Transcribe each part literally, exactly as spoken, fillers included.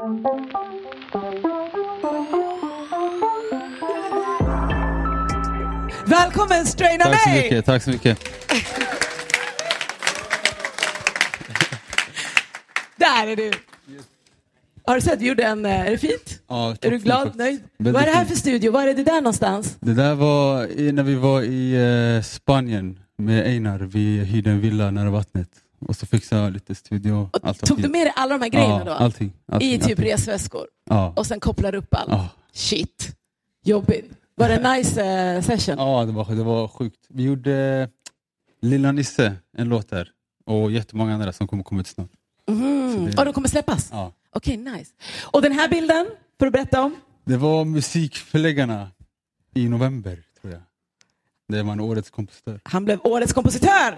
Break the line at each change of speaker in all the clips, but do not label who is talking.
Välkommen Strain Away!
Tack så mycket, tack så mycket.
Där är du. Har du sett, du gjorde en, är det fint?
Ja,
är du glad,
faktiskt.
nöjd?
Väldigt
Vad är det här
fint.
för studio? Var är det där någonstans?
Det där var i, när vi var i eh, Spanien med Einar. Vi hyrde en villa nära vattnet. Och så fixade jag lite studio.
Och
allt
tog
fint.
du med dig alla de här grejerna
Ja,
då?
allting, allting.
I typ
allting.
resväskor?
Ja.
Och sen kopplar upp allt?
Ja.
Shit. Jobbigt. Var det en nice eh, session?
Ja, det var, det var sjukt. Vi gjorde Lilla Nisse, en låt där. Och jättemånga andra som kommer komma ut snart.
Mm.
det-
Och de kommer släppas?
Ja.
Okej, nice. Och den här bilden, får du berätta om?
Det var musikförläggarna i november, tror jag. Det var en årets kompositör.
Han blev årets kompositör!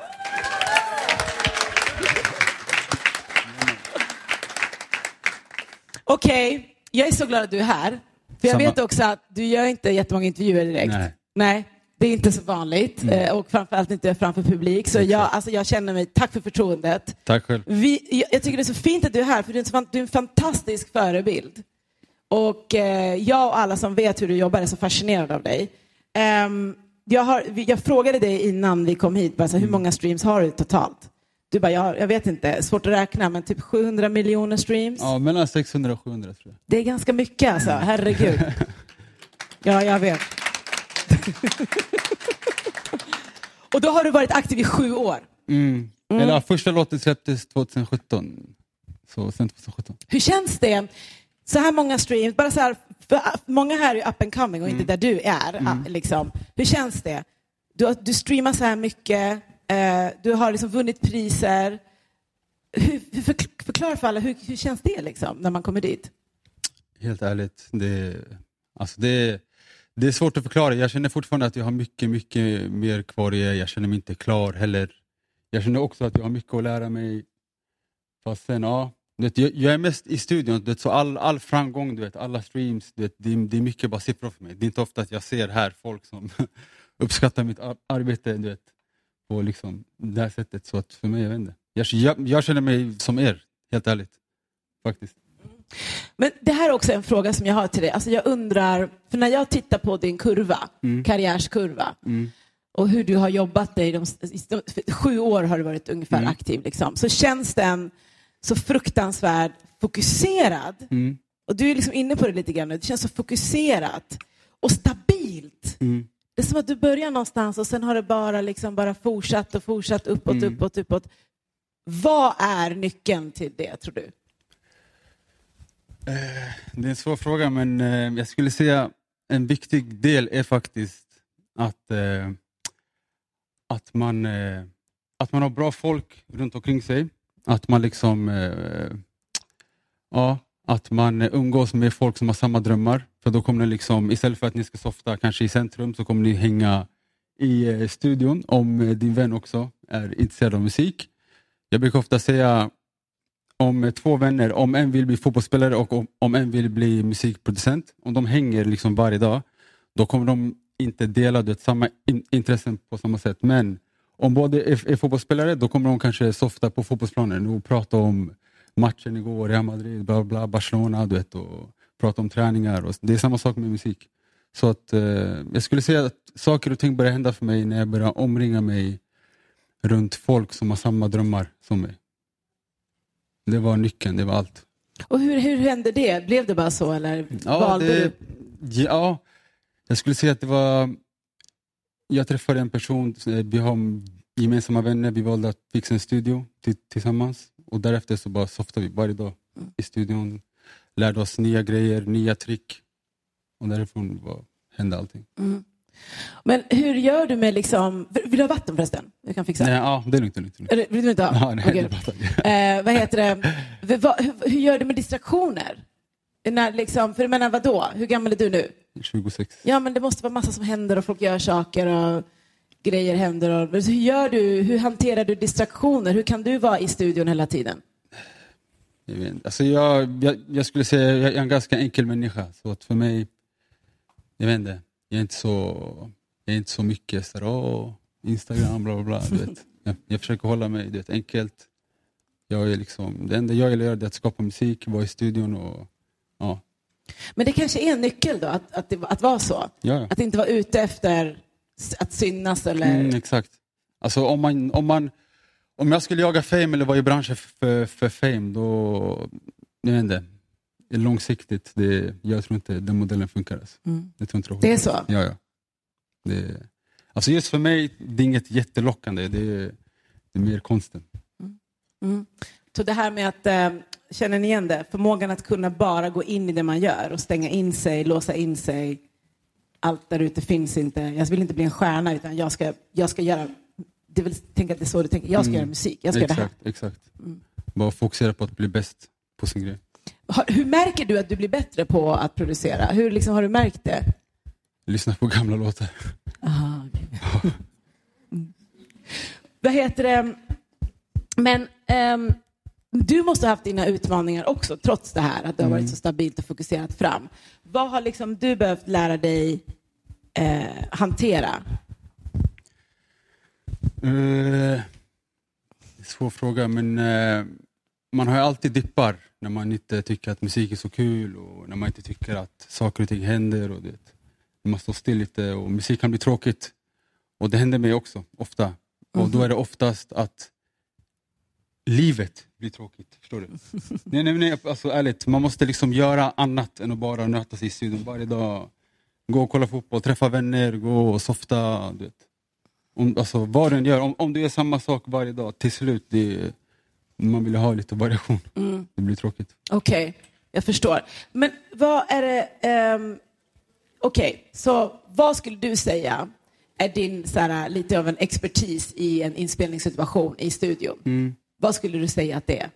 Okej, okay. Jag är så glad att du är här. För jag
Samma.
vet också att du gör inte jättemånga intervjuer direkt.
Nej.
Nej, det är inte så vanligt. Mm. Och framförallt inte framför publik. Så jag, alltså jag känner mig, tack för förtroendet.
Tack själv.
Vi, jag, jag tycker det är så fint att du är här, för du är en, så, du är en fantastisk förebild. Och eh, jag och alla som vet hur du jobbar är så fascinerade av dig. Um, jag, har, jag frågade dig innan vi kom hit, bara så, hur många streams har du totalt? Du bara, jag, jag vet inte, svårt att räkna, men typ sjuhundra miljoner streams.
Ja, mellan sexhundra och sjuhundra tror jag.
Det är ganska mycket alltså, herregud. Ja, jag vet. Och då har du varit aktiv i sju år.
Mm. Mm. Eller, första låten släpptes tjugohundrasjutton. Så sen tjugohundrasjutton.
Hur känns det? Så här många streams, bara så här, för många här är up and coming och mm. inte där du är. Mm. Liksom. Hur känns det? Du, du streamar så här mycket, eh, du har liksom vunnit priser. Hur, hur, förklara för alla, hur, hur känns det liksom, när man kommer dit?
Helt ärligt, det, alltså det, det är svårt att förklara. Jag känner fortfarande att jag har mycket, mycket mer kvar i er. Jag känner mig inte klar heller. Jag känner också att jag har mycket att lära mig. Fast sen, ja, vet, jag, jag är mest i studion, vet, så all, all framgång, du vet, alla streams, vet, det, det är mycket bara siffror för mig. Det är inte ofta att jag ser här folk som uppskattar mitt ar- arbete, du vet, på liksom det här sättet. Så att för mig, jag vet inte. Jag, jag, jag känner mig som er, helt ärligt, faktiskt.
Men det här är också en fråga som jag har till dig. Alltså jag undrar, för när jag tittar på din kurva, mm. karriärskurva, mm. och hur du har jobbat dig, de, de, sju år har du varit ungefär mm. aktiv, liksom, så känns den så fruktansvärt fokuserad. Mm. Och du är liksom inne på det lite grann nu. Det känns så fokuserat och stabilt. Mm. Det är som att du börjar någonstans och sen har det bara, liksom bara fortsatt och fortsatt uppåt, mm. uppåt, uppåt. Vad är nyckeln till det, tror du?
Det är en svår fråga, men jag skulle säga en viktig del är faktiskt att, att, man, att man har bra folk runt omkring sig. Att man liksom ja, att man umgås med folk som har samma drömmar. För då kommer ni liksom, istället för att ni ska softa kanske i centrum, så kommer ni hänga i studion om din vän också är intresserad av musik. Jag brukar ofta säga om två vänner, om en vill bli fotbollsspelare och om, om en vill bli musikproducent, om de hänger liksom varje dag, då kommer de inte dela det, samma in, intressen på samma sätt. Men om båda är, är fotbollsspelare, då kommer de kanske softa på fotbollsplanen och prata om matchen igår, Real Madrid, bla bla, Barcelona, du vet, och prata om träningar. Och det är samma sak med musik. Så att eh, jag skulle säga att saker och ting börjar hända för mig när jag börjar omringa mig runt folk som har samma drömmar som mig. Det var nyckeln, det var allt.
Och hur, hur hände det? Blev det bara så, eller
ja,
valde
det,
du?
Ja, jag skulle säga att det var... Jag träffade en person, vi har gemensamma vänner, vi valde att fixa en studio t- tillsammans. Och därefter så bara softade vi varje dag mm. i studion. Lärde oss nya grejer, nya trick. Och därifrån bara hände allting. Mm.
Men hur gör du med liksom... Vill du ha vatten förresten? Jag kan fixa.
Nej, ja, det är lugnt. Det är lugnt.
Är det, vill du inte ha?
Ja, nej,
okay.
det är
eh, vad heter det? Vad, hur, hur gör du med distraktioner? När, liksom, för jag menar, vadå? Hur gammal är du nu?
tjugosex.
Ja, men det måste vara massa som händer och folk gör saker och grejer händer. Och, hur gör du? Hur hanterar du distraktioner? Hur kan du vara i studion hela tiden?
Jag vet inte. Alltså jag, jag, jag skulle säga att jag är en ganska enkel människa. Så att för mig, jag vet inte. Jag är inte så, jag är inte så mycket så åh, Instagram, bla bla bla. Du vet. Jag, jag försöker hålla mig, du vet, enkelt. Jag är liksom, det enda jag vill göra är att skapa musik, vara i studion och
Men det kanske är en nyckel då, att, att, det, att vara så.
Ja.
Att inte vara ute efter att synas eller...
Mm, exakt. Alltså om man, om man om jag skulle jaga fame eller vara i branschen för, för fame, då, jag vet inte, långsiktigt, det, jag tror inte den modellen funkar. Alltså. Mm. Jag tror inte det,
det är så?
Ja, ja. Det, alltså just för mig, det är inget jättelockande, det är, det är mer konsten.
Mm. Mm. Så det här med att, äh, känner ni igen det? Förmågan att kunna bara gå in i det man gör och stänga in sig, låsa in sig. Allt där ute finns inte. Jag vill inte bli en stjärna, utan jag ska, jag ska göra... Det vill tänka att det är så du tänker. Jag ska mm. göra musik. Jag ska
exakt,
göra det här.
Exakt. Mm. Bara fokusera på att bli bäst på sin grej.
Hur märker du att du blir bättre på att producera? Hur liksom har du märkt det?
Lyssna på gamla låtar.
Aha, okay. mm. Vad heter det? Men um, du måste ha haft dina utmaningar också, trots det här. Att du har varit mm. så stabilt och fokuserat fram. Vad har liksom du behövt lära dig eh, hantera?
Uh, svår fråga, men uh, man har ju alltid dippar när man inte tycker att musik är så kul och när man inte tycker att saker och ting händer och det, man står still lite och musik kan bli tråkigt, och det händer mig också ofta. Mm. Och då är det oftast att livet blir tråkigt, förstår du? nej, nej, nej, alltså ärligt, man måste liksom göra annat än att bara nöta sig i studion varje dag, gå och kolla fotboll, träffa vänner, gå och softa, du vet. Om, alltså vad den gör, om, om du gör samma sak varje dag, till slut det, man vill ha lite variation. Mm. Det blir tråkigt.
Okej, okay, jag förstår. Men vad är det um, okej, okay, så vad skulle du säga är din såhär, lite av en expertis i en inspelningssituation i studion? Mm. Vad skulle du säga att det är?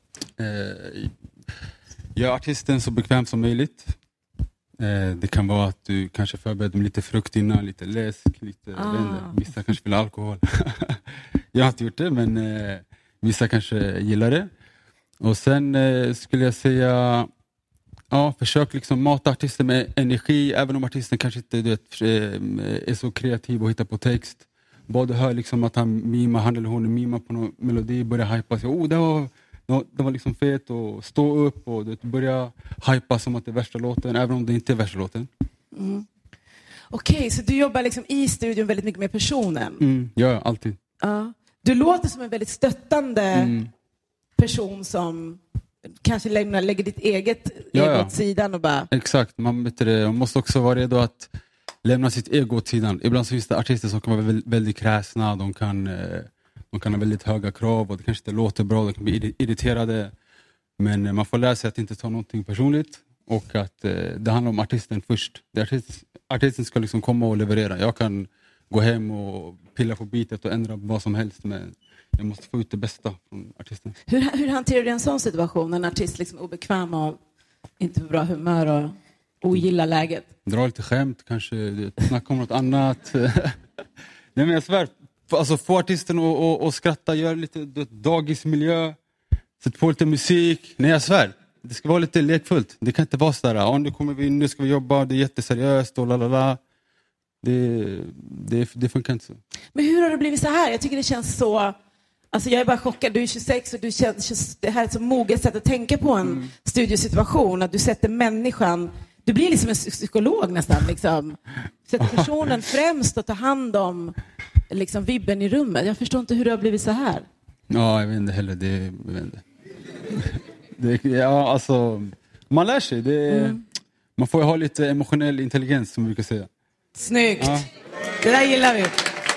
Eh, gör artisten så bekvämt som möjligt. Eh, det kan vara att du kanske förbereder med lite frukt innan, lite läsk, lite ah. vänner. Vissa kanske vill ha alkohol. Jag har inte gjort det, men eh, vissa kanske gillar det. Och sen eh, skulle jag säga, ja, försök liksom mata artisten med energi, även om artisten kanske inte, du vet, är så kreativ och hittar på text. Både hör liksom att han mimar, han eller hon mimar på någon melodi, börjar hypa sig. Oh, det var, det var liksom fet, och stå upp och du börja hypa som att det är värsta låten, även om det inte är värsta låten.
Mm. Okej, okay, så du jobbar liksom i studion väldigt mycket med personen?
Mm, ja, alltid.
Ja. Du låter som en väldigt stöttande mm. person som kanske lägger, lägger ditt eget
ja,
ego
ja.
åt sidan och bara...
Exakt, man, vet det, man måste också vara redo att lämna sitt ego åt sidan. Ibland så finns det artister som kan vara väldigt, väldigt kräsna, de kan, de kan ha väldigt höga krav och det kanske inte låter bra, de kan bli irriterade. Men man får lära sig att inte ta någonting personligt och att det handlar om artisten först. Det artist, artisten ska liksom komma och leverera. Jag kan gå hem och pilla på bitet och ändra vad som helst, men jag måste få ut det bästa från artisten.
Hur, hur hanterar du en sån situation? En artist liksom obekväm och inte på bra humör och ogillar läget?
Dra lite skämt, kanske snacka om något annat. Nej, men jag svär, alltså få artisten att och, och skratta, gör lite dagismiljö, sätt på lite musik. Nej, jag svär, det ska vara lite lekfullt. Det kan inte vara sådär, ja, nu kommer vi in, nu ska vi jobba, det är jätteseriöst och lalala. Det, det, det funkar inte så.
Men hur har det blivit så här? Jag tycker det känns så... Alltså jag är bara chockad. Du är tjugosex och du känns, det här är ett så moget sätt att tänka på en mm. studiosituation. Att du sätter människan... Du blir liksom en psykolog nästan. Liksom. Sätter personen främst och tar hand om liksom, vibben i rummet. Jag förstår inte hur det har blivit så här.
Ja, jag vet inte heller. Det, jag vet inte. Det, ja, alltså, man lär sig. Det, mm. Man får ju ha lite emotionell intelligens, som vi brukar säga.
Snyggt. Ja. Det där gillar vi.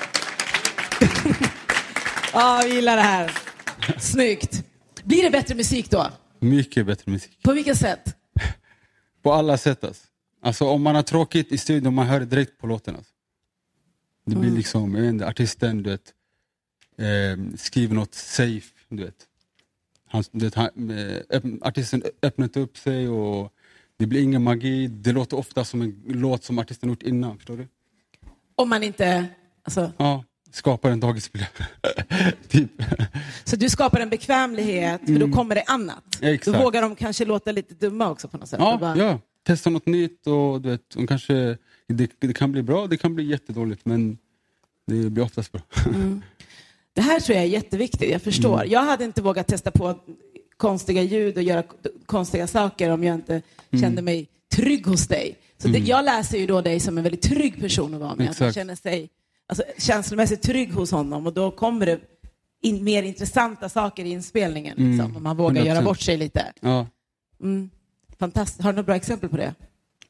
Ja, vi gillar det här. Snyggt. Blir det bättre musik då?
Mycket bättre musik.
På vilka sätt?
På alla sätt. Alltså, alltså om man har tråkigt i studion, man hör det direkt på låten. Alltså. Det blir mm. liksom, jag vet inte, artisten, du vet, eh, skriver något safe, du vet. Han, du vet han, eh, artisten öppnat upp sig och det blir ingen magi. Det låter ofta som en låt som artisten gjort innan, förstår du?
Om man inte... Alltså...
Ja, skapar en dagismiljö. Typ.
Så du skapar en bekvämlighet, för då kommer det annat.
Ja,
då vågar de kanske låta lite dumma också på något sätt.
Ja,
bara...
ja. Testa något nytt och du vet, och kanske, det, det kan bli bra, det kan bli jättedåligt, men det blir oftast bra. Mm.
Det här tror jag är jätteviktigt, jag förstår. Mm. Jag hade inte vågat testa på konstiga ljud och göra konstiga saker om jag inte mm. kände mig trygg hos dig. Så
Mm.
det, jag läser ju då dig som en väldigt trygg person att vara med. Att man
Exakt.
känner sig alltså, känslomässigt trygg hos honom. Och då kommer det in mer intressanta saker i inspelningen.
Mm.
Liksom, om man vågar
hundra procent.
göra bort sig lite.
Ja.
Mm. Fantastiskt. Har du några bra exempel på det?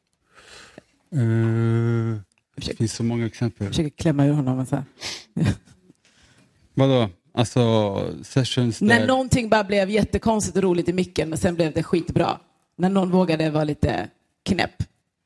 Uh, det
försöker-
finns så många exempel.
Jag försöker klämma ur honom. Och så här.
Vadå? Alltså sessions där...
När någonting bara blev jättekonstigt och roligt i micken, men sen blev det skitbra. När någon vågade vara lite knäpp.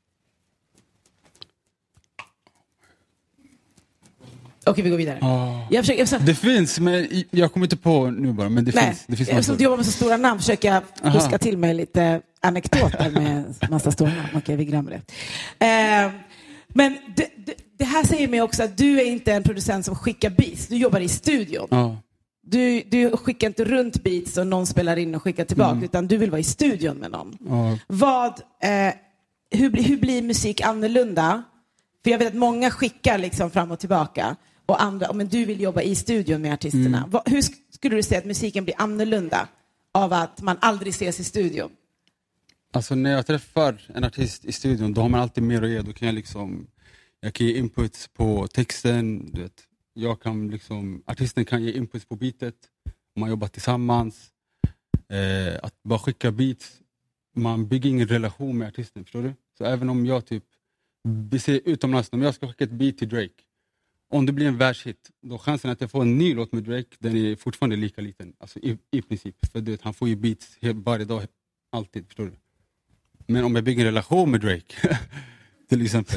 Okej, vi går vidare.
Ah.
Jag försöker, jag försöker,
Det finns, men jag kommer inte på nu bara. Men det
nej,
finns. Det finns
eftersom
massor.
du jobbar med så stora namn försöker jag
Aha.
fuska till mig lite anekdoter med massa stora namn. Okej, vi glömmer det. Eh, men det, det, det här säger mig också att du är inte en producent som skickar beats. Du jobbar i studion.
Ja.
Du, du skickar inte runt beats och någon spelar in och skickar tillbaka,
Mm.
utan du vill vara i studion med någon.
Ja.
Vad, eh, hur, blir- hur blir musik annorlunda? För jag vet att många skickar liksom fram och tillbaka. Och andra, men du vill jobba i studion med artisterna.
Mm.
Vad, hur sk- skulle du säga att musiken blir annorlunda av att man aldrig ses i studion?
Alltså när jag träffar en artist i studion, då har man alltid mer att ge. Då kan jag liksom, jag kan ge inputs på texten, du vet. Jag kan liksom, artisten kan ge inputs på beatet. Man jobbar tillsammans. Eh, att bara skicka beats, man bygger ingen relation med artisten, förstår du? Så även om jag typ, vi ser utomlands, om jag ska skicka ett beat till Drake, om det blir en världshit, då chansen att jag får en ny låt med Drake, den är fortfarande lika liten. Alltså i, i princip. För du vet, han får ju beats he- varje dag, alltid, förstår du? Men om jag bygger en relation med Drake, till exempel,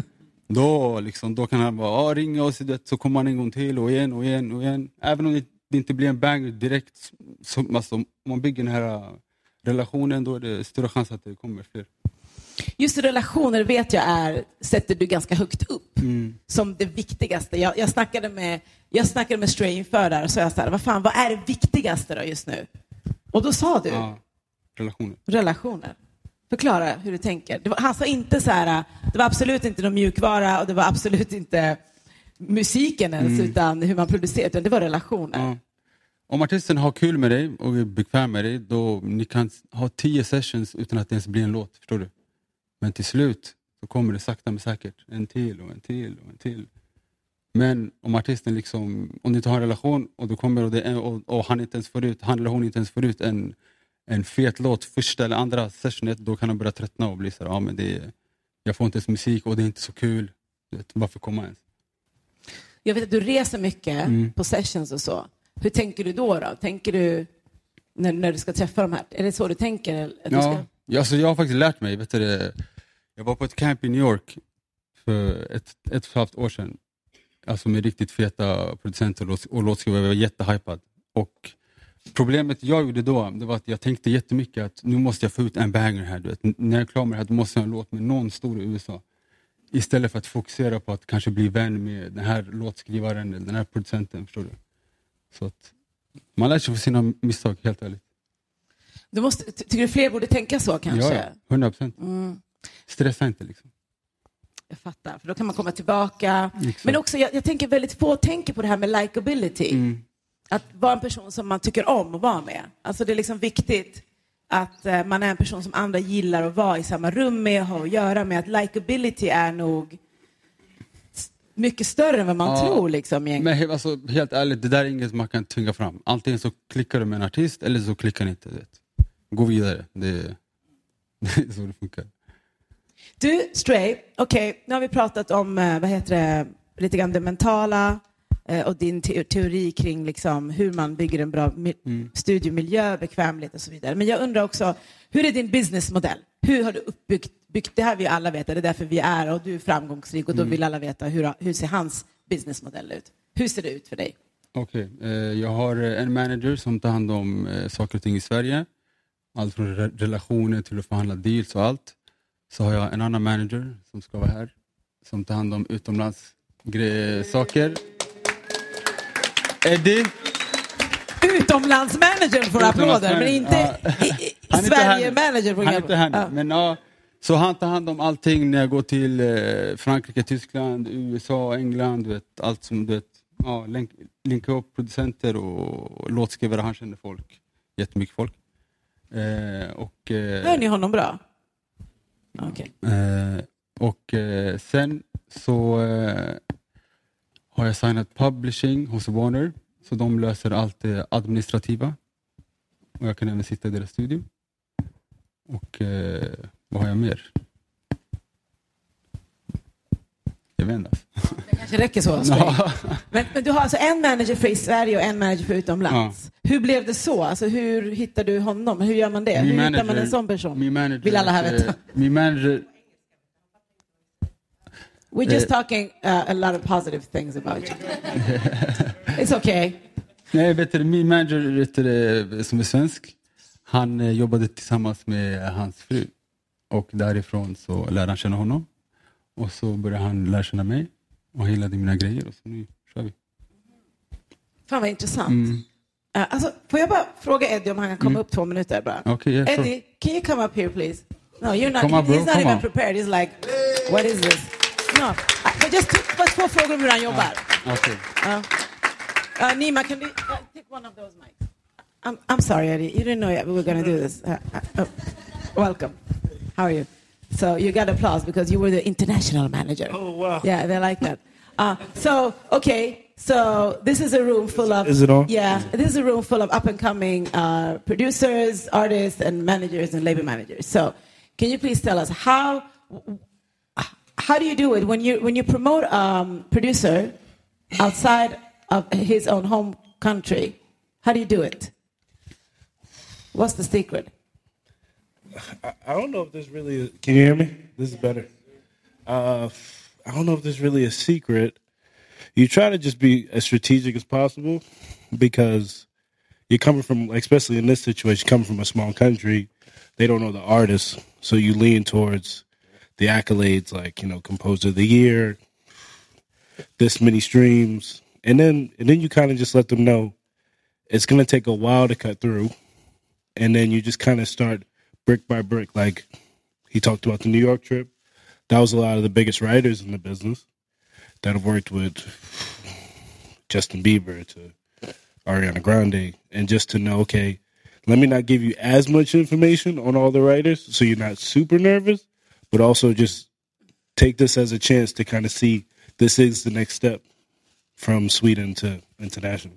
då, liksom, då kan han bara ah, ringa oss, det, så kommer han en gång till och igen och igen och igen. Även om det, det inte blir en banger direkt, så, alltså, om man bygger den här uh, relationen, då är det större chans att det kommer fler.
Just relationer vet jag är, sätter du ganska högt upp
Mm.
som det viktigaste. Jag, jag, snackade med, jag snackade med Stray inför där och så jag sa, vad fan, vad är det viktigaste då just nu? Och då sa du
Ja, relationer.
relationer. Förklara hur du tänker. Det var, han sa inte så här, det var absolut inte någon mjukvara och det var absolut inte musiken ens,
Mm.
utan hur man producerar, utan det var relationer.
Ja. Om artisten har kul med dig och är bekväm med dig, då ni kan ha tio sessions utan att det ens blir en låt, förstår du? Men till slut så kommer det sakta men säkert en till och en till och en till. Men om artisten liksom, om du inte har en relation och du kommer och, det, och, och han inte ens får ut, han eller hon inte ens får ut en, en fet låt första eller andra sessionet, då kan de börja tröttna och bli så här, ja men det är, jag får inte ens musik och det är inte så kul. Du vet, varför komma ens?
Jag vet att du reser mycket
Mm.
på sessions och så. Hur tänker du då? då? Tänker du när, när du ska träffa de här? Är det så du tänker? Eller att du
Ja,
ska...
ja, alltså jag har faktiskt lärt mig. Vet du, det, jag var på ett camp i New York för ett, ett och ett halvt år sedan. Alltså med riktigt feta producenter och, och låtskrivare. Jag var jättehypad. Och problemet jag gjorde då, det var att jag tänkte jättemycket att nu måste jag få ut en banger här. Du vet. N- när jag är klar med det här, då måste jag ha en låt med någon stor i U S A. Istället för att fokusera på att kanske bli vän med den här låtskrivaren eller den här producenten, förstår du? Så att man lär sig för sina misstag, helt ärligt.
Du måste, ty- tycker du fler borde tänka så kanske?
Ja, ja, hundra procent.
Mm,
Stressa inte liksom.
jag fattar, för då kan man komma tillbaka.
Exakt.
Men också, jag, jag tänker väldigt få tänker på det här med likability.
Mm.
Att vara en person som man tycker om att vara med. Alltså det är liksom viktigt att eh, man är en person som andra gillar att vara i samma rum med och ha att göra med. Att likability är nog s- mycket större än vad man
Ja,
tror. Liksom, egentligen.
Men he- alltså, helt ärligt, det där är inget man kan tvinga fram. Antingen så klickar du med en artist eller så klickar ni inte. Vet. Gå vidare. Det är, det är så det funkar.
Du, Stray, okej, nu har vi pratat om eh, vad heter det, lite grann det mentala eh, och din te- teori kring liksom, hur man bygger en bra mi-
Mm.
studiemiljö, bekvämlighet och så vidare. Men jag undrar också, hur är din businessmodell? Hur har du uppbyggt, byggt, det här vill alla veta, det är därför vi är här och du är framgångsrik och då vill alla veta hur, hur ser hans businessmodell ut? Hur ser det ut för dig?
Okej, eh, jag har eh, en manager som tar hand om eh, saker och ting i Sverige. Allt från re- relationer till att förhandla deals och allt. Så har jag en annan manager som ska vara här. Som tar hand om utomlands gre- saker. Eddie.
Utomlandsmanagern får applåder, men inte
Ja.
i, i,
Han är inte här nu.
Sverige-manager.
Han är inte här nu.
Ja.
Men, ja, så han tar hand om allting när jag går till eh, Frankrike, Tyskland, U S A, England. Du vet, allt som du vet. Ja, länk, linka upp producenter och, och låtskrivare. Han känner folk. Jättemycket folk. Eh, och, eh,
Hör ni honom bra? Okay.
Eh, och eh, sen så eh, har jag signat publishing hos Warner. Så de löser allt det administrativa. Och jag kan även sitta i deras studio. Och eh, vad har jag mer? Jag vet inte.
Det kanske räcker så. Ja. Men, men du har alltså en manager för i Sverige och en manager för utomlands. Ja. Hur blev det så? Alltså, hur hittar du honom? Hur gör man det? Min hur manager, hittar man en sån person?
Min manager,
vill alla här veta?
Min manager...
We're just talking uh, a lot of positive things about you. It's okay.
Nej, vet du, min manager vet du, som är svensk, han eh, jobbade tillsammans med hans fru. Och därifrån så lärde han känna honom. Och så började han lära känna mig. Och gillade mina grejer. Och så nu kör vi.
Fan vad intressant. Mm. Uh, alltså, får jag bara fråga Eddie om han kan komma mm. upp två minuter bara?
Okay, yeah,
Eddie, sure. Can you come up here please? No, you're not. Come he's on, not even on. Prepared. He's like, what is this? No, uh, but just två frågor om hur han jobbar.
Ah, okay.
Uh, uh, Nima, can you uh, take one of those mics? I'm, I'm sorry, Eddie. You didn't know yet we were going to do this. Uh, uh, uh, welcome. How are you? So you got applause because you were the international manager.
Oh, wow.
Yeah, they like that. Uh, so, okay, so this is a room full of...
Is it on?
Yeah, this is a room full of up-and-coming uh, producers, artists, and managers and label managers. So can you please tell us how... How do you do it when you when you promote a um, producer outside of his own home country? How do you do it? What's the secret?
I, I don't know if there's really... A, can you hear me? This is better. Uh, I don't know if there's really a secret. You try to just be as strategic as possible because you're coming from, especially in this situation, coming from a small country, they don't know the artist, so you lean towards the accolades, like, you know, composer of the year, this many streams, and then and then you kind of just let them know it's going to take a while to cut through, and then you just kind of start brick by brick. Like he talked about the New York trip. That was a lot of the biggest writers in the business that have worked with Justin Bieber to Ariana Grande, and just to know, okay, let me not give you as much information on all the writers so you're not super nervous, but also just take this as a chance to kind of see this is the next step from Sweden to international.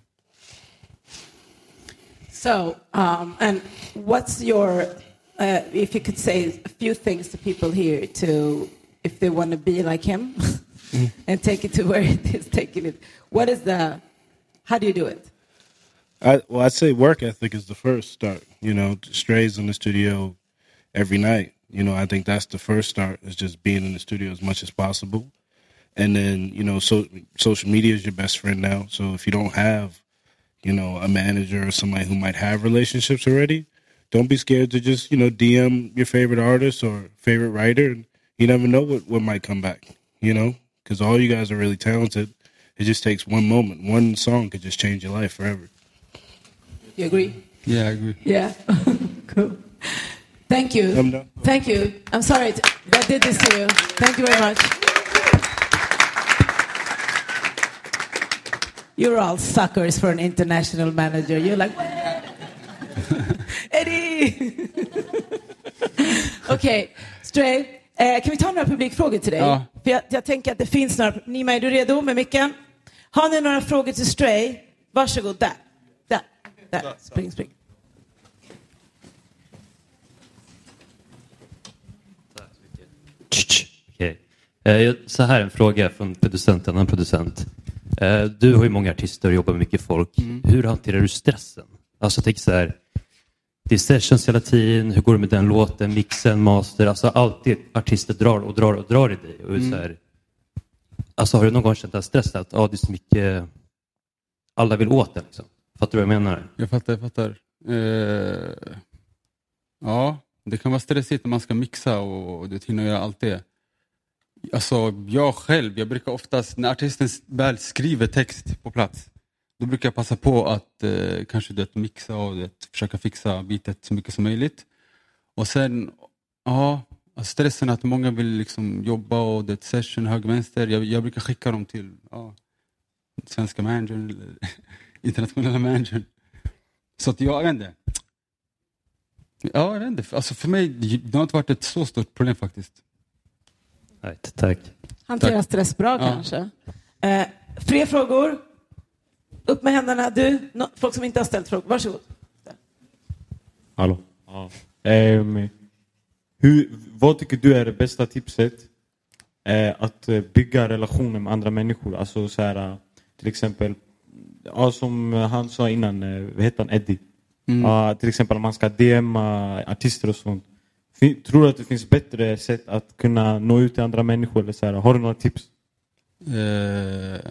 So, um, and what's your, uh, if you could say a few things to people here to, if they want to be like him mm. and take it to where it is taking it, what is the, how do you do it?
I, well, I'd say work ethic is the first start. You know, Stray's in the studio every night. You know, I think that's the first start, is just being in the studio as much as possible. And then, you know, so, social media is your best friend now. So if you don't have, you know, a manager or somebody who might have relationships already, don't be scared to just, you know, D M your favorite artist or favorite writer. And you never know what, what might come back, you know, because all you guys are really talented. It just takes one moment. One song could just change your life forever.
You agree?
Yeah, I agree.
Yeah. Cool. Thank you.
I'm done.
Thank you. I'm sorry to, that did this to you. Thank you very much. You're all suckers for an international manager. You're like, Eddie! Okej, okay. Stray. Eh, kan vi ta några publikfrågor till dig?
Ja.
För jag, jag tänker att det finns några... Nima, är du redo med micken? Har ni några frågor till Stray? Varsågod, där. Där. Där. Spring, spring.
Okej. Okay. Så här en fråga från producent, annan producent. Du har ju många artister och jobbar med mycket folk. Mm. Hur hanterar du stressen? Alltså jag tänker så här, det är sessions hela tiden. Hur går det med den låten, mixen, master? Alltså alltid artister drar och drar och drar i dig. Och mm. så här, alltså har du någon gång känt att stress att ah, det är så mycket, alla vill åt det liksom? Fattar du vad jag menar?
Jag fattar, jag fattar. Uh, ja, det kan vara stressigt när man ska mixa och, och det hinner göra allt det. Alltså jag själv, jag brukar oftast, när artisten väl skriver text på plats, då brukar jag passa på att eh, kanske det, mixa och det, försöka fixa bitet så mycket som möjligt. Och sen, ja, stressen att många vill liksom jobba och det session höger vänster. Jag, jag brukar skicka dem till ja, svenska managern eller internationella managern. Så att jag vet inte. Ja, jag vet inte. Alltså för mig, det har inte varit ett så stort problem faktiskt.
Right, tack.
Hantera
Tack.
stress bra
Ja.
kanske. Eh, fler frågor? Upp med händerna. Du, no, folk som inte har ställt frågor. Varsågod.
Hallå. Ja. Um, hur, vad tycker du är det bästa tipset eh, att eh, bygga relationer med andra människor? Alltså så här, eh, till exempel, ja, som han sa innan, eh, vad heter han, Eddie?
Mm.
Ja, till exempel om man ska D M-a artister och sånt. Fin- tror du att det finns bättre sätt att kunna nå ut till andra människor? Eller så här? Har du några tips?
Eh,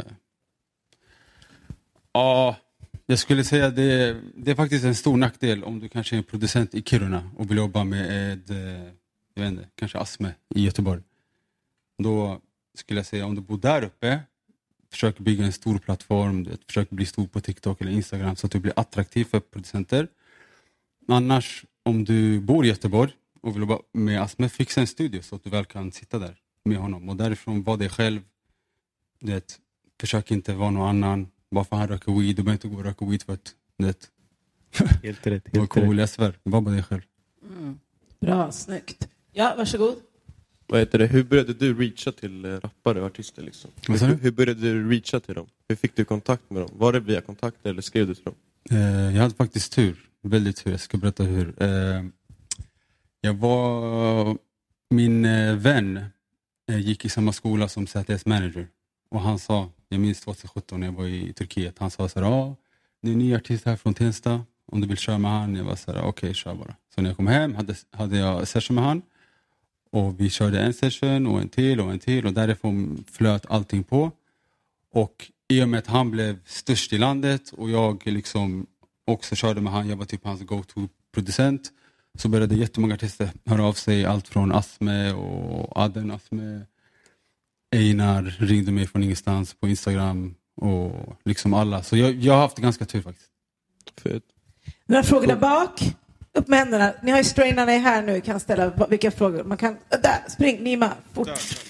ja, jag skulle säga det, det är faktiskt en stor nackdel om du kanske är en producent i Kiruna och vill jobba med eh, jag vet inte, kanske Asme i Göteborg. Då skulle jag säga om du bor där uppe, försök bygga en stor plattform, försök bli stor på TikTok eller Instagram så att du blir attraktiv för producenter. Annars, om du bor i Göteborg och vill jobba med Asme, fixa en studio så att du väl kan sitta där med honom och därifrån var dig själv. Det, försök inte vara någon annan. Bara för han röker weed, du behöver inte gå och röka weed för att det
Helt rätt.
var
Helt
cool,
rätt.
jag svär. Var bara dig själv.
Mm. Bra, snyggt. Ja, varsågod.
Vad heter det? Hur började du reacha till eh, rappare och artister liksom?
Vad sa
Hur,
du?
hur började du reacha till dem? Hur fick du kontakt med dem? Var det via kontakter eller skrev du till dem?
Eh, jag hade faktiskt tur. Väldigt tur. Jag ska berätta hur. Eh, jag var... Min eh, vän eh, gick i samma skola som Z T S manager. Och han sa, jag minns tjugohundrasjutton när jag var i Turkiet. Han sa så här, ja, det är en ny artist här från Tensta. Om du vill köra med han. Jag var så här, okej, okay, kör bara. Så när jag kom hem hade, hade jag session med han. Och vi körde en session och en till och en till. Och därifrån flöt allting på. Och i och med att han blev störst i landet och jag liksom också körde med han, jag var typ hans go-to-producent, så började jättemånga artister höra av sig, allt från Asme och Aden Asme, Einar ringde mig från ingenstans på Instagram och liksom alla. Så jag, jag har haft ganska tur faktiskt.
Fett.
Några frågor där bak. Upp med händerna. Ni har ju strainarna här nu. Kan ställa vilka frågor. Man kan... Där, spring, Nima. Fort.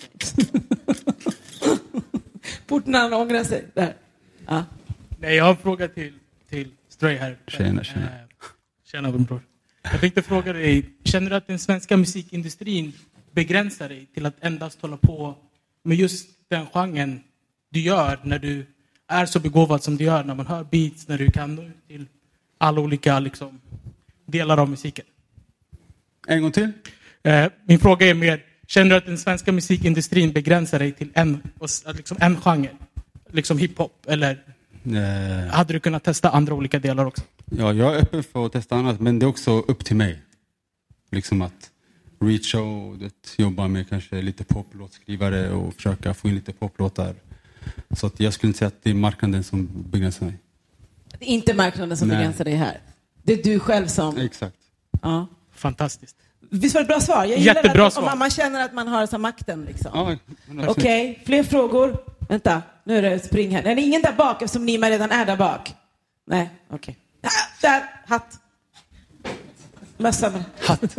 Fort när han ångrar sig. Där. Ja.
Nej, jag har en fråga till, till Stray här.
Tjena, tjena.
Eh, tjena, bror. Jag tänkte fråga dig, känner du att den svenska musikindustrin begränsar dig till att endast hålla på med just den genren du gör när du är så begåvad som du gör, när man hör beats, när du kan nå ut till alla olika liksom, delar av musiken?
En gång till?
Eh, min fråga är mer, känner du att den svenska musikindustrin begränsar dig till en, liksom en genre? Liksom hiphop? Eller
Eh,
hade du kunnat testa andra olika delar också?
ja, jag är öppen för att testa annat, men det är också upp till mig. Liksom att reacha och det, jobba med kanske lite poplåtskrivare och försöka få in lite poplåtar. Så att jag skulle inte säga att det är marknaden som begränsar mig.
Det är inte marknaden som
Nej.
begränsar dig här. Det är du själv som...
Exakt.
Ja.
Fantastiskt.
Visst var det ett bra svar? Jag gillar
Jättebra
att,
svar.
om man känner att man har så makten. Liksom.
Ja,
Okej, okay, fler frågor? Vänta, nu är det spring här. Är det ingen där bak eftersom Nima redan är där bak? Nej, okej. Okay. Ah, där, hatt. Mössa med hatt.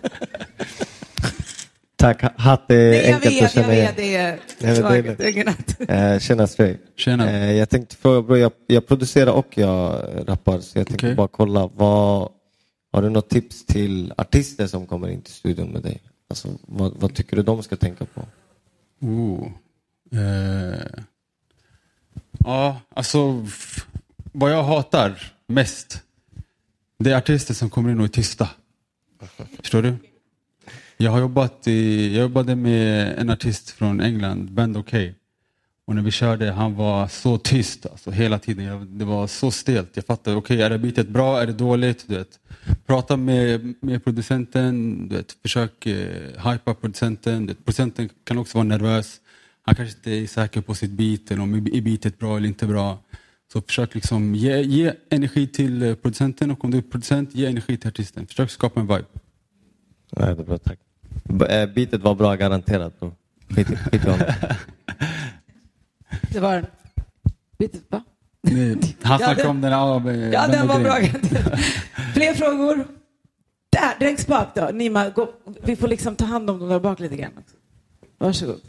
Tack, hatt är
Nej, jag
enkelt
vet,
att känna
jag
igen.
vet, det är
Nej,
slaget.
det
Det är ingen natt.
Eh, Tjena Stray.
Tjena.
Eh, jag tänkte fråga, bro, jag, jag producerar och jag rappar, så jag tänkte
Okej.
bara kolla, vad, har du något tips till artister som kommer in till studion med dig? Alltså, vad, vad tycker du de ska tänka på?
Oh. Eh. Ja, alltså f- vad jag hatar mest, det är artister som kommer in och är tysta. Förstår du? Jag har jobbat i, jag jobbade med en artist från England, Band OK. Och när vi körde, han var så tyst alltså, hela tiden. Jag, det var så stelt. Jag fattade, okej, okay, är det bitet bra, är det dåligt? Du vet. Prata med, med producenten, du vet. Försök eh, hypa producenten. Du vet. Producenten kan också vara nervös. Han kanske inte är säker på sitt beat, eller om är beatet bra eller inte bra. Så försök liksom ge, ge energi till producenten, och om du är producent, ge energi till artisten. Försök skapa en vibe.
Nej, det är bra, tack. B- äh, beatet var bra, garanterat, bro. Skit i skit i honom.
Det var den. Va?
Nej, han
Ja,
snackade
det-
om den av... eh,
Ja, den var bra.
grejen.
Fler frågor? Där, längst bak då. Nima, gå. Vi får liksom ta hand om dem där bak lite grann också. Varsågod.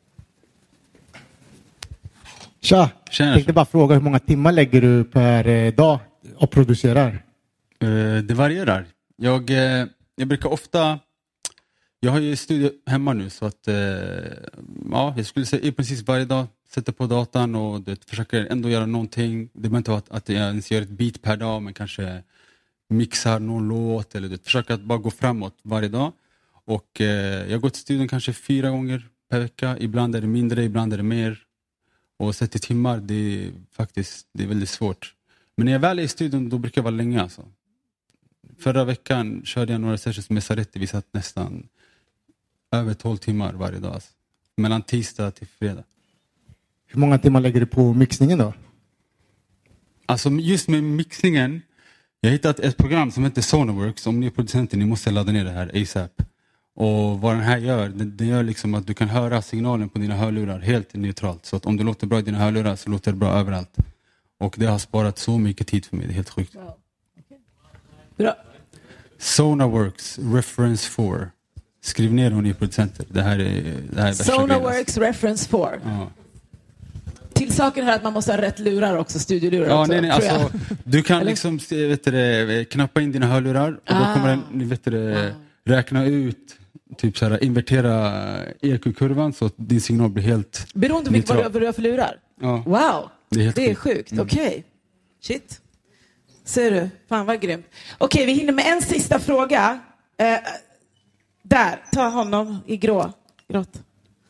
Tja,
Tjena.
jag tänkte bara fråga hur många timmar lägger du per eh, dag och producerar?
Eh, Det varierar. Jag, eh, jag brukar ofta... Jag har ju studio hemma nu så att... Eh, ja, jag skulle säga i princip varje dag sätta på datan och det, försöker ändå göra någonting. Det behöver inte vara att, att jag ens gör ett beat per dag, men kanske mixar någon låt eller det. Försöker att bara gå framåt varje dag. Och eh, jag går till studion kanske fyra gånger per vecka. Ibland är det mindre, ibland är det mer. Och sett i timmar, det är faktiskt det är väldigt svårt. Men när jag väl är i studion, då brukar jag vara länge alltså. Förra veckan körde jag några sessions med Saretti. Vi satt nästan över tolv timmar varje dag. Alltså. Mellan tisdag till fredag.
Hur många timmar lägger du på mixningen då?
Alltså just med mixningen. Jag har hittat ett program som heter Sonarworks. Om ni är producenter, ni måste ladda ner det här ASAP. Och vad den här gör, den, den gör liksom att du kan höra signalen på dina hörlurar helt neutralt. Så att om det låter bra i dina hörlurar så låter det bra överallt. Och det har sparat så mycket tid för mig, det är helt sjukt.
Wow. Okay. Bra.
Sonarworks Reference four. Skriv ner om ni är producenter. Det här är, det här är värsta
Sonarworks Reference four.
Ja.
Till saken här att man måste ha rätt lurar också, studiolurar
Ja,
också.
nej, nej, alltså, du kan liksom vet du, knappa in dina hörlurar och
ah.
då kommer den vet du, räkna ut, typ så här, invertera E Q-kurvan så att din signal blir helt
beroende på vad du har för lurar?
Ja.
Wow,
det är, helt
det är sjukt. Mm. Okej, okay. Shit. Ser du? Fan vad grymt. Okej, okay, vi hinner med en sista fråga. Eh, där, ta honom i grå. Grått.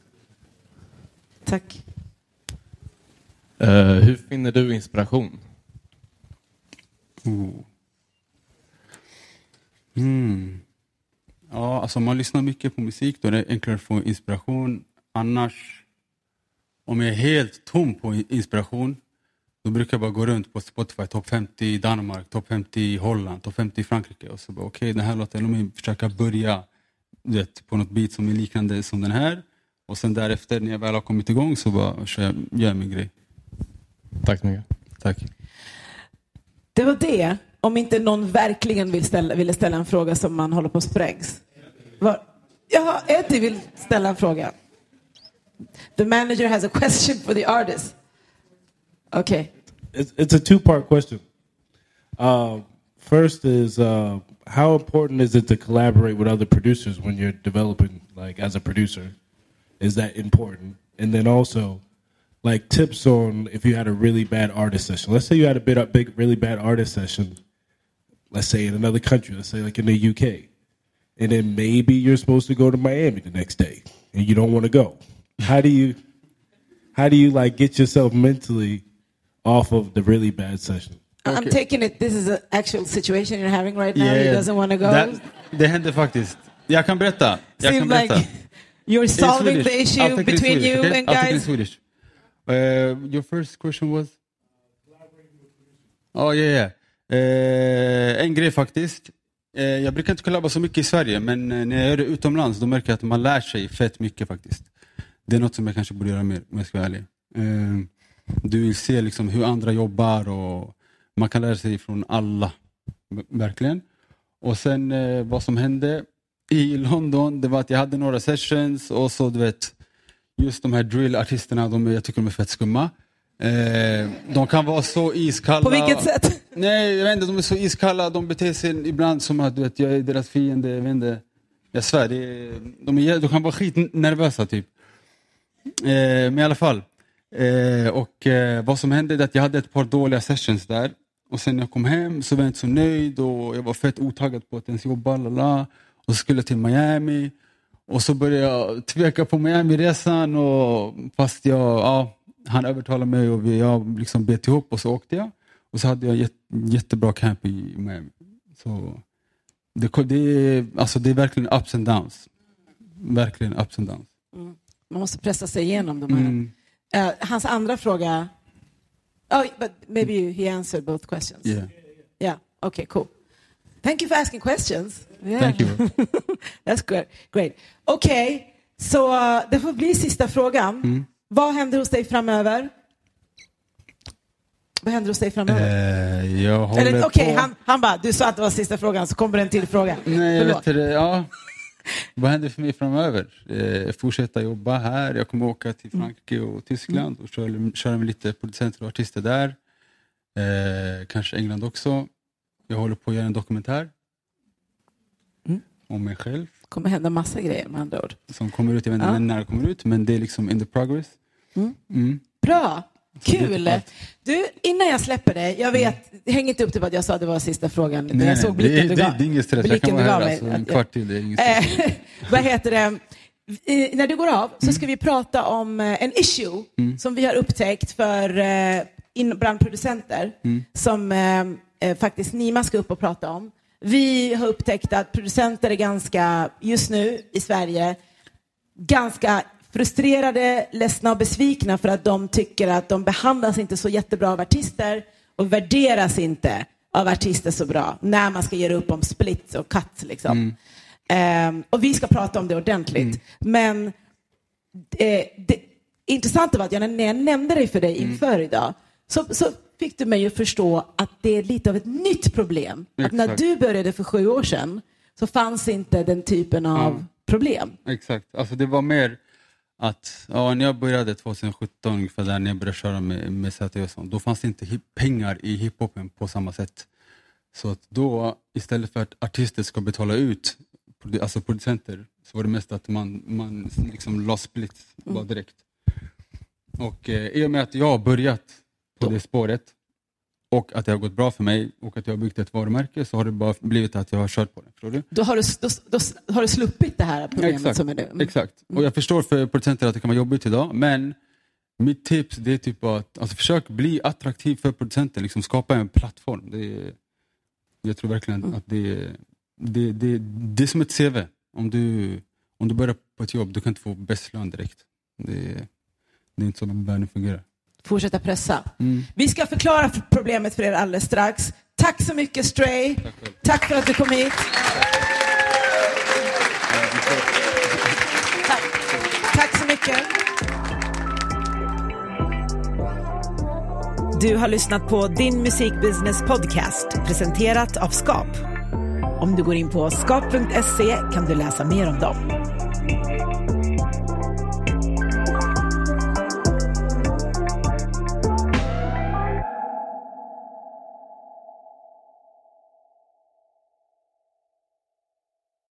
Tack.
Uh, hur finner du inspiration?
Oh. Mm. Ja, alltså om man lyssnar mycket på musik då är det enklare att få inspiration. Annars, om jag är helt tom på inspiration, då brukar jag bara gå runt på Spotify, topp femtio i Danmark, topp femtio i Holland, topp femtio i Frankrike och så bara okej, okay, den här låten, låt mig försöka börja vet, på något beat som är liknande som den här. Och sen därefter när jag väl har kommit igång så bara så jag gör min grej.
Tack så mycket.
Tack.
Det var det. Om inte någon verkligen vill ställa, ville ställa en fråga som man håller på att sprängs. Var, jaha, Eddie vill ställa en fråga. The manager has a question for the artist. Okay.
It's, it's a two-part question. Uh, first is uh, how important is it to collaborate with other producers when you're developing, like as a producer? Is that important? And then also, like tips on if you had a really bad artist session. Let's say you had a bit a big, really bad artist session. Let's say in another country. Let's say like in the U K, and then maybe you're supposed to go to Miami the next day, and you don't want to go. How do you, how do you like get yourself mentally off of the really bad session?
I'm okay. taking it. This is an actual situation you're having right now.
Yeah,
he
yeah.
doesn't want to go.
That, det händer faktiskt. Jag kan berätta. Jag
Seems
kan berätta.
like you're solving the issue between you
okay?
and
I'll take it in
guys.
Swedish. Uh, your first question was? Oh, yeah, yeah. Uh, en grej faktiskt. Uh, jag brukar inte kollaba så mycket i Sverige, men uh, när jag gör det utomlands då märker jag att man lär sig fett mycket faktiskt. Det är något som jag kanske borde göra mer, om jag ska vara ärlig. Uh, du vill se liksom hur andra jobbar och man kan lära sig från alla. Verkligen. Och sen uh, vad som hände i London, det var att jag hade några sessions och så du vet just de här drillartisterna, de, jag tycker de är fett skumma. Eh, de kan vara så iskalla.
På vilket sätt?
Nej, jag vet inte, de är så iskalla. De beter sig ibland som att du vet, jag är deras fiende. Jag vet inte. Jag svär, det är, de, är, de kan vara skitnervösa typ. Eh, men i alla fall. Eh, och eh, vad som hände är att jag hade ett par dåliga sessions där. Och sen när jag kom hem så var jag inte så nöjd. Och jag var fett otaggad på att ens jobba. Lala. Och så skulle jag till Miami. Och så började jag tveka på Miami-resan. Och fast jag, ja, han övertalade mig och jag liksom bet ihop. Och så åkte jag. Och så hade jag ett jättebra camp i Miami. Så det, det, är, alltså det är verkligen ups and downs. Verkligen ups and downs.
Mm. Man måste pressa sig igenom de här.
Mm.
Uh, hans andra fråga. Oh, but maybe he answered both questions.
Yeah.
Yeah. Okay, cool. Thank you for asking questions. Yeah.
Thank you.
That's great. Great. Okej, okay, så uh, det får bli sista frågan. Mm. Vad händer hos dig framöver? Vad händer hos dig framöver?
Uh, jag håller
Eller, okay,
på...
han, han bara, du sa att det var sista frågan, så kommer det en till fråga.
Nej, jag vet det, ja. Vad händer för mig framöver? Eh, fortsätta jobba här. Jag kommer åka till Frankrike och Tyskland och köra, köra med lite producenter och artister där. Eh, kanske England också. Jag håller på att göra en dokumentär
Mm.
om mig själv.
Det kommer hända massa grejer med andra ord.
Som kommer ut, jag vet inte
Ja.
när det kommer ut, men det är liksom in the progress.
Mm.
Mm.
Bra,
Så det är
kul.
allt.
Du, innan jag släpper dig, jag vet, häng inte upp till vad jag sa, det var sista frågan.
Nej,
jag såg
nej, det,
blicken
är-
du
det,
gav.
det är ingen stress, jag
Blicken
kan
du
vara här
gav
alltså,
mig.
en kvart till, det är ingen stress.
Eh, vad heter det? Eh, När du går av så ska vi prata om eh, en issue
Mm.
som vi har upptäckt för eh, in, bland producenter
Mm.
som eh, eh, faktiskt Nima ska upp och prata om. Vi har upptäckt att producenter är ganska, just nu i Sverige, ganska frustrerade, ledsna och besvikna för att de tycker att de behandlas inte så jättebra av artister och värderas inte av artister så bra när man ska göra upp om splits och cuts liksom.
Mm.
Ehm, och vi ska prata om det ordentligt. Men eh, det intressanta var att jag, när jag nämnde dig för dig inför idag så, så fick du mig att förstå att det är lite av ett nytt problem. Att när
Exakt.
du började för sju år sedan så fanns inte den typen av
Mm.
problem.
Exakt, alltså det var mer att ja, när jag började tjugohundrasjutton ungefär där när jag började köra med, med Z och sånt, då fanns det inte hip- pengar i hiphopen på samma sätt. Så att då istället för att artister ska betala ut, produ- alltså producenter, så var det mest att man, man liksom la splits bara direkt. Och eh, i och med att jag har börjat på det spåret och att det har gått bra för mig och att jag har byggt ett varumärke, så har det bara blivit att jag har kört på det. Förstår du?
Då har du, då, då har du sluppit det här problemet
Exakt,
som är nu. Mm.
exakt. Och jag förstår för producenter att det kan vara jobbigt idag, men mitt tips det är typ att alltså, försök bli attraktiv för producenter, liksom skapa en plattform. Det är, jag tror verkligen
Mm.
att det är, det, det, det är som ett C V. Om du, om du börjar på ett jobb, du kan inte få bäst lön direkt. Det, det är inte så världen fungerar.
Fortsätta pressa.
Mm.
Vi ska förklara f- problemet för er alldeles strax. Tack så mycket Stray.
Tack själv.
Tack för att du kom hit. Tack, Tack så mycket.
Du har lyssnat på Din Musikbusiness Podcast, presenterat av Skap. Om du går in på skap punkt se kan du läsa mer om dem.